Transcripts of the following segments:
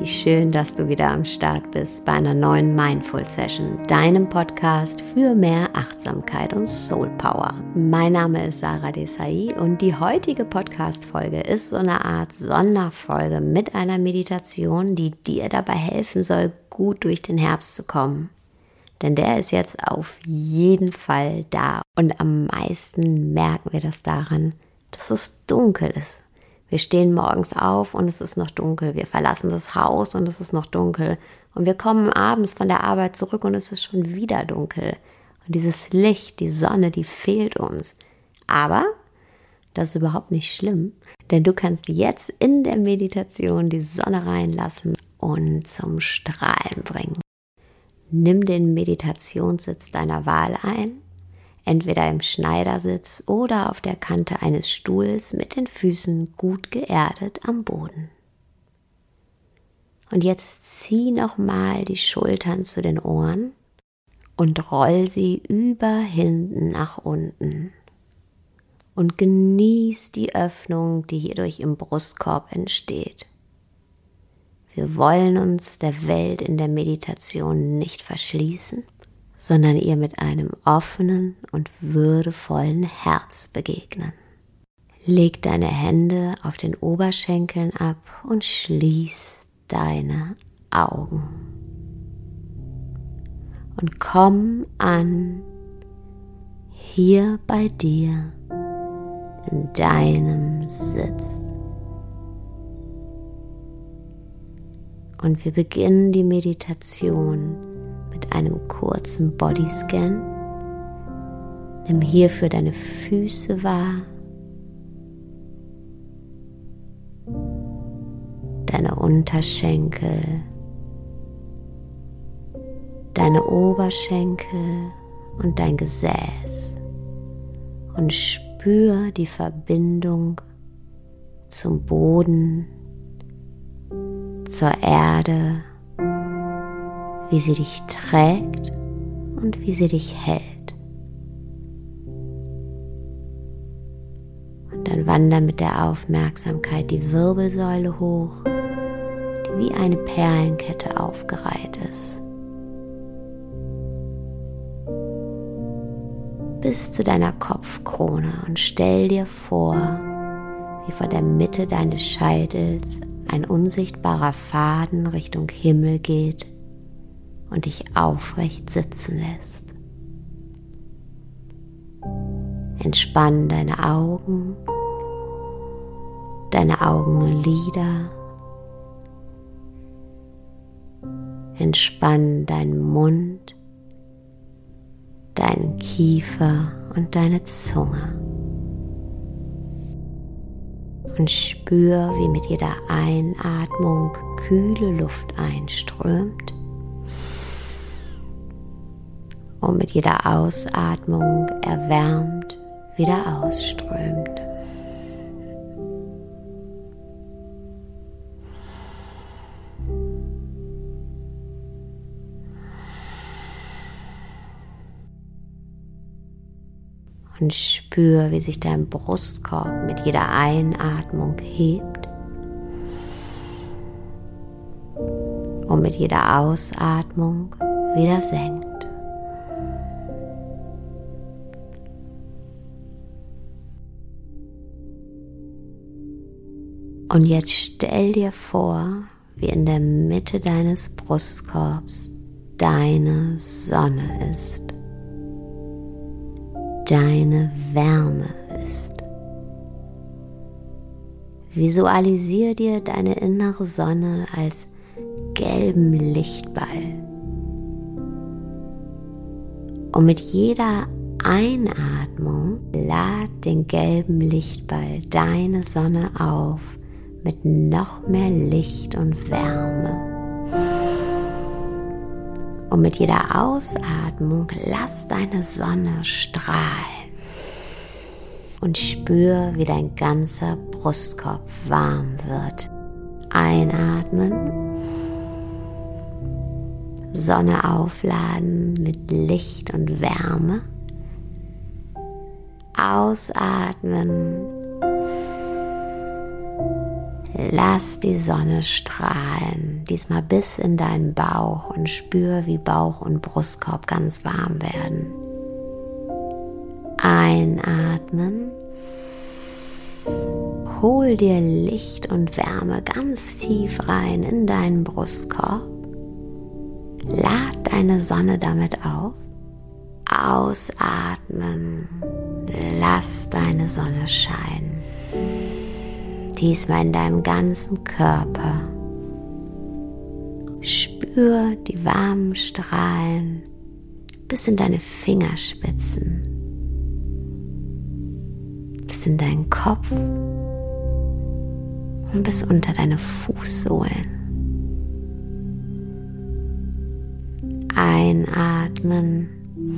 Wie schön, dass du wieder am Start bist bei einer neuen Mindful Session, deinem Podcast für mehr Achtsamkeit und Soul Power. Mein Name ist Sarah Desai und die heutige Podcast-Folge ist so eine Art Sonderfolge mit einer Meditation, die dir dabei helfen soll, gut durch den Herbst zu kommen. Denn der ist jetzt auf jeden Fall da und am meisten merken wir das daran, dass es dunkel ist. Wir stehen morgens auf und es ist noch dunkel. Wir verlassen das Haus und es ist noch dunkel. Und wir kommen abends von der Arbeit zurück und es ist schon wieder dunkel. Und dieses Licht, die Sonne, die fehlt uns. Aber das ist überhaupt nicht schlimm, denn du kannst jetzt in der Meditation die Sonne reinlassen und zum Strahlen bringen. Nimm den Meditationssitz deiner Wahl ein. Entweder im Schneidersitz oder auf der Kante eines Stuhls mit den Füßen gut geerdet am Boden. Und jetzt zieh nochmal die Schultern zu den Ohren und roll sie über hinten nach unten. Und genieß die Öffnung, die hierdurch im Brustkorb entsteht. Wir wollen uns der Welt in der Meditation nicht verschließen, sondern ihr mit einem offenen und würdevollen Herz begegnen. Leg deine Hände auf den Oberschenkeln ab und schließ deine Augen. Und komm an, hier bei dir, in deinem Sitz. Und wir beginnen die Meditation mit einem kurzen Bodyscan. Nimm hierfür deine Füße wahr, deine Unterschenkel, deine Oberschenkel und dein Gesäß und spür die Verbindung zum Boden, zur Erde, wie sie dich trägt und wie sie dich hält. Und dann wander mit der Aufmerksamkeit die Wirbelsäule hoch, die wie eine Perlenkette aufgereiht ist. Bis zu deiner Kopfkrone und stell dir vor, wie von der Mitte deines Scheitels ein unsichtbarer Faden Richtung Himmel geht und dich aufrecht sitzen lässt. Entspann deine Augenlider, entspann deinen Mund, deinen Kiefer und deine Zunge. Und spür, wie mit jeder Einatmung kühle Luft einströmt und mit jeder Ausatmung erwärmt wieder ausströmt. Und spür, wie sich dein Brustkorb mit jeder Einatmung hebt und mit jeder Ausatmung wieder senkt. Und jetzt stell dir vor, wie in der Mitte deines Brustkorbs deine Sonne ist. Deine Wärme ist. Visualisier dir deine innere Sonne als gelben Lichtball. Und mit jeder Einatmung lad den gelben Lichtball deine Sonne auf mit noch mehr Licht und Wärme. Und mit jeder Ausatmung lass deine Sonne strahlen und spür, wie dein ganzer Brustkorb warm wird. Einatmen, Sonne aufladen mit Licht und Wärme. Ausatmen, Lass die Sonne strahlen, diesmal bis in deinen Bauch und spür, wie Bauch und Brustkorb ganz warm werden. Einatmen. Hol dir Licht und Wärme ganz tief rein in deinen Brustkorb. Lad deine Sonne damit auf. Ausatmen. Lass deine Sonne scheinen. Diesmal in deinem ganzen Körper. Spür die warmen Strahlen bis in deine Fingerspitzen, bis in deinen Kopf und bis unter deine Fußsohlen. Einatmen.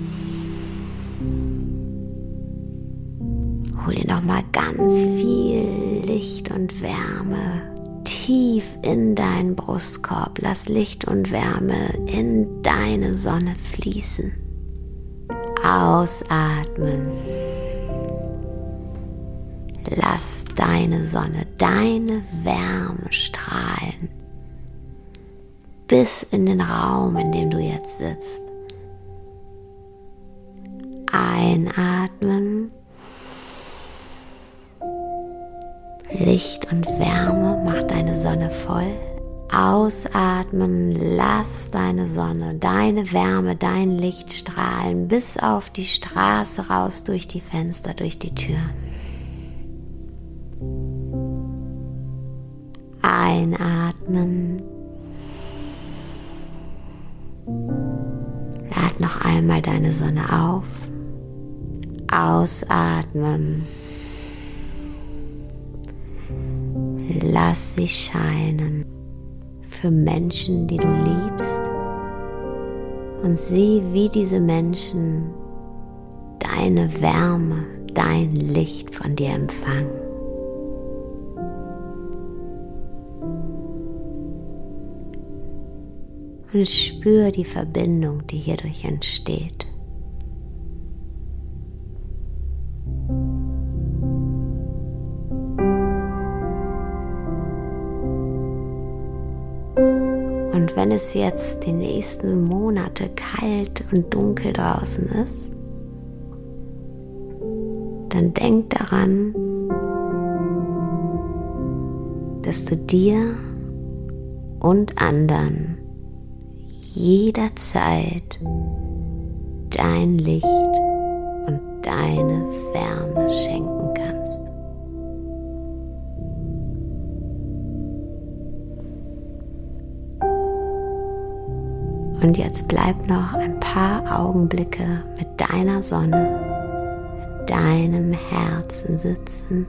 Hol dir nochmal ganz viel Licht und Wärme tief in deinen Brustkorb. Lass Licht und Wärme in deine Sonne fließen. Ausatmen. Lass deine Sonne, deine Wärme strahlen bis in den Raum, in dem du jetzt sitzt. Einatmen. Licht und Wärme macht deine Sonne voll. Ausatmen, lass deine Sonne, deine Wärme, dein Licht strahlen bis auf die Straße raus, durch die Fenster, durch die Türen. Einatmen. Lad noch einmal deine Sonne auf. Ausatmen. Lass sie scheinen für Menschen, die du liebst, und sieh, wie diese Menschen deine Wärme, dein Licht von dir empfangen. Und spür die Verbindung, die hierdurch entsteht. Und wenn es jetzt die nächsten Monate kalt und dunkel draußen ist, dann denk daran, dass du dir und anderen jederzeit dein Licht und deine Wärme schenken kannst. Und jetzt bleib noch ein paar Augenblicke mit deiner Sonne in deinem Herzen sitzen.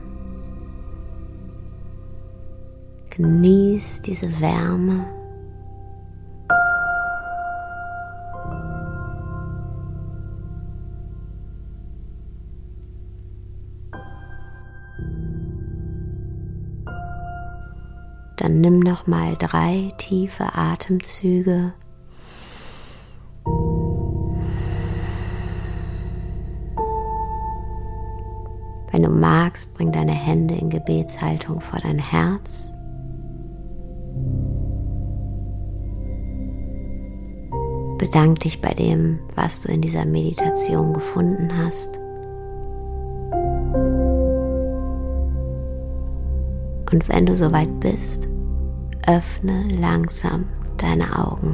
Genieß diese Wärme. Dann nimm noch mal 3 tiefe Atemzüge. Wenn du magst, bring deine Hände in Gebetshaltung vor dein Herz. Bedank dich bei dem, was du in dieser Meditation gefunden hast. Und wenn du soweit bist, öffne langsam deine Augen.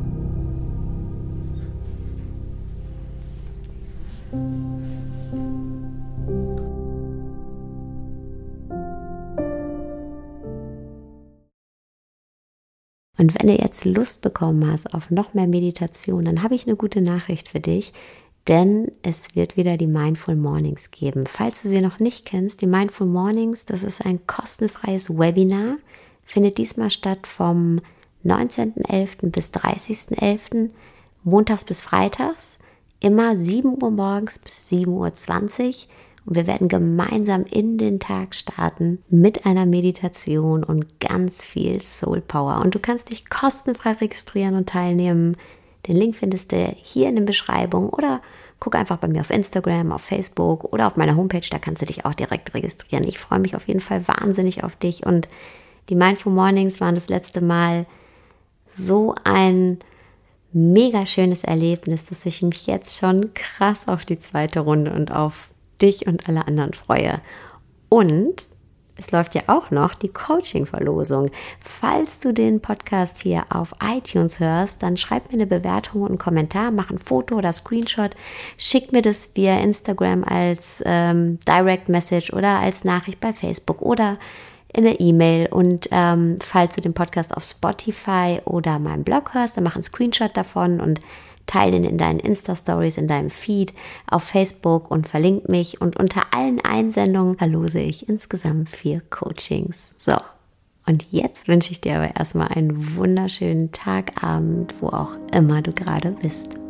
Und wenn du jetzt Lust bekommen hast auf noch mehr Meditation, dann habe ich eine gute Nachricht für dich, denn es wird wieder die Mindful Mornings geben. Falls du sie noch nicht kennst, die Mindful Mornings, das ist ein kostenfreies Webinar, findet diesmal statt vom 19.11. bis 30.11., montags bis freitags, immer 7 Uhr morgens bis 7:20 Uhr. Und wir werden gemeinsam in den Tag starten mit einer Meditation und ganz viel Soul Power. Und du kannst dich kostenfrei registrieren und teilnehmen. Den Link findest du hier in der Beschreibung oder guck einfach bei mir auf Instagram, auf Facebook oder auf meiner Homepage. Da kannst du dich auch direkt registrieren. Ich freue mich auf jeden Fall wahnsinnig auf dich und Die Mindful Mornings waren das letzte Mal so ein mega schönes Erlebnis, dass ich mich jetzt schon krass auf die zweite Runde und auf dich und alle anderen freue. Und es läuft ja auch noch die Coaching-Verlosung. Falls du den Podcast hier auf iTunes hörst, dann schreib mir eine Bewertung und einen Kommentar, mach ein Foto oder Screenshot, schick mir das via Instagram als Direct Message oder als Nachricht bei Facebook oder in eine E-Mail. Und falls du den Podcast auf Spotify oder meinem Blog hörst, dann mach einen Screenshot davon und teile ihn in deinen Insta-Stories, in deinem Feed, auf Facebook und verlink mich. Und unter allen Einsendungen verlose ich insgesamt 4 Coachings. So, und jetzt wünsche ich dir aber erstmal einen wunderschönen Tag, Abend, wo auch immer du gerade bist.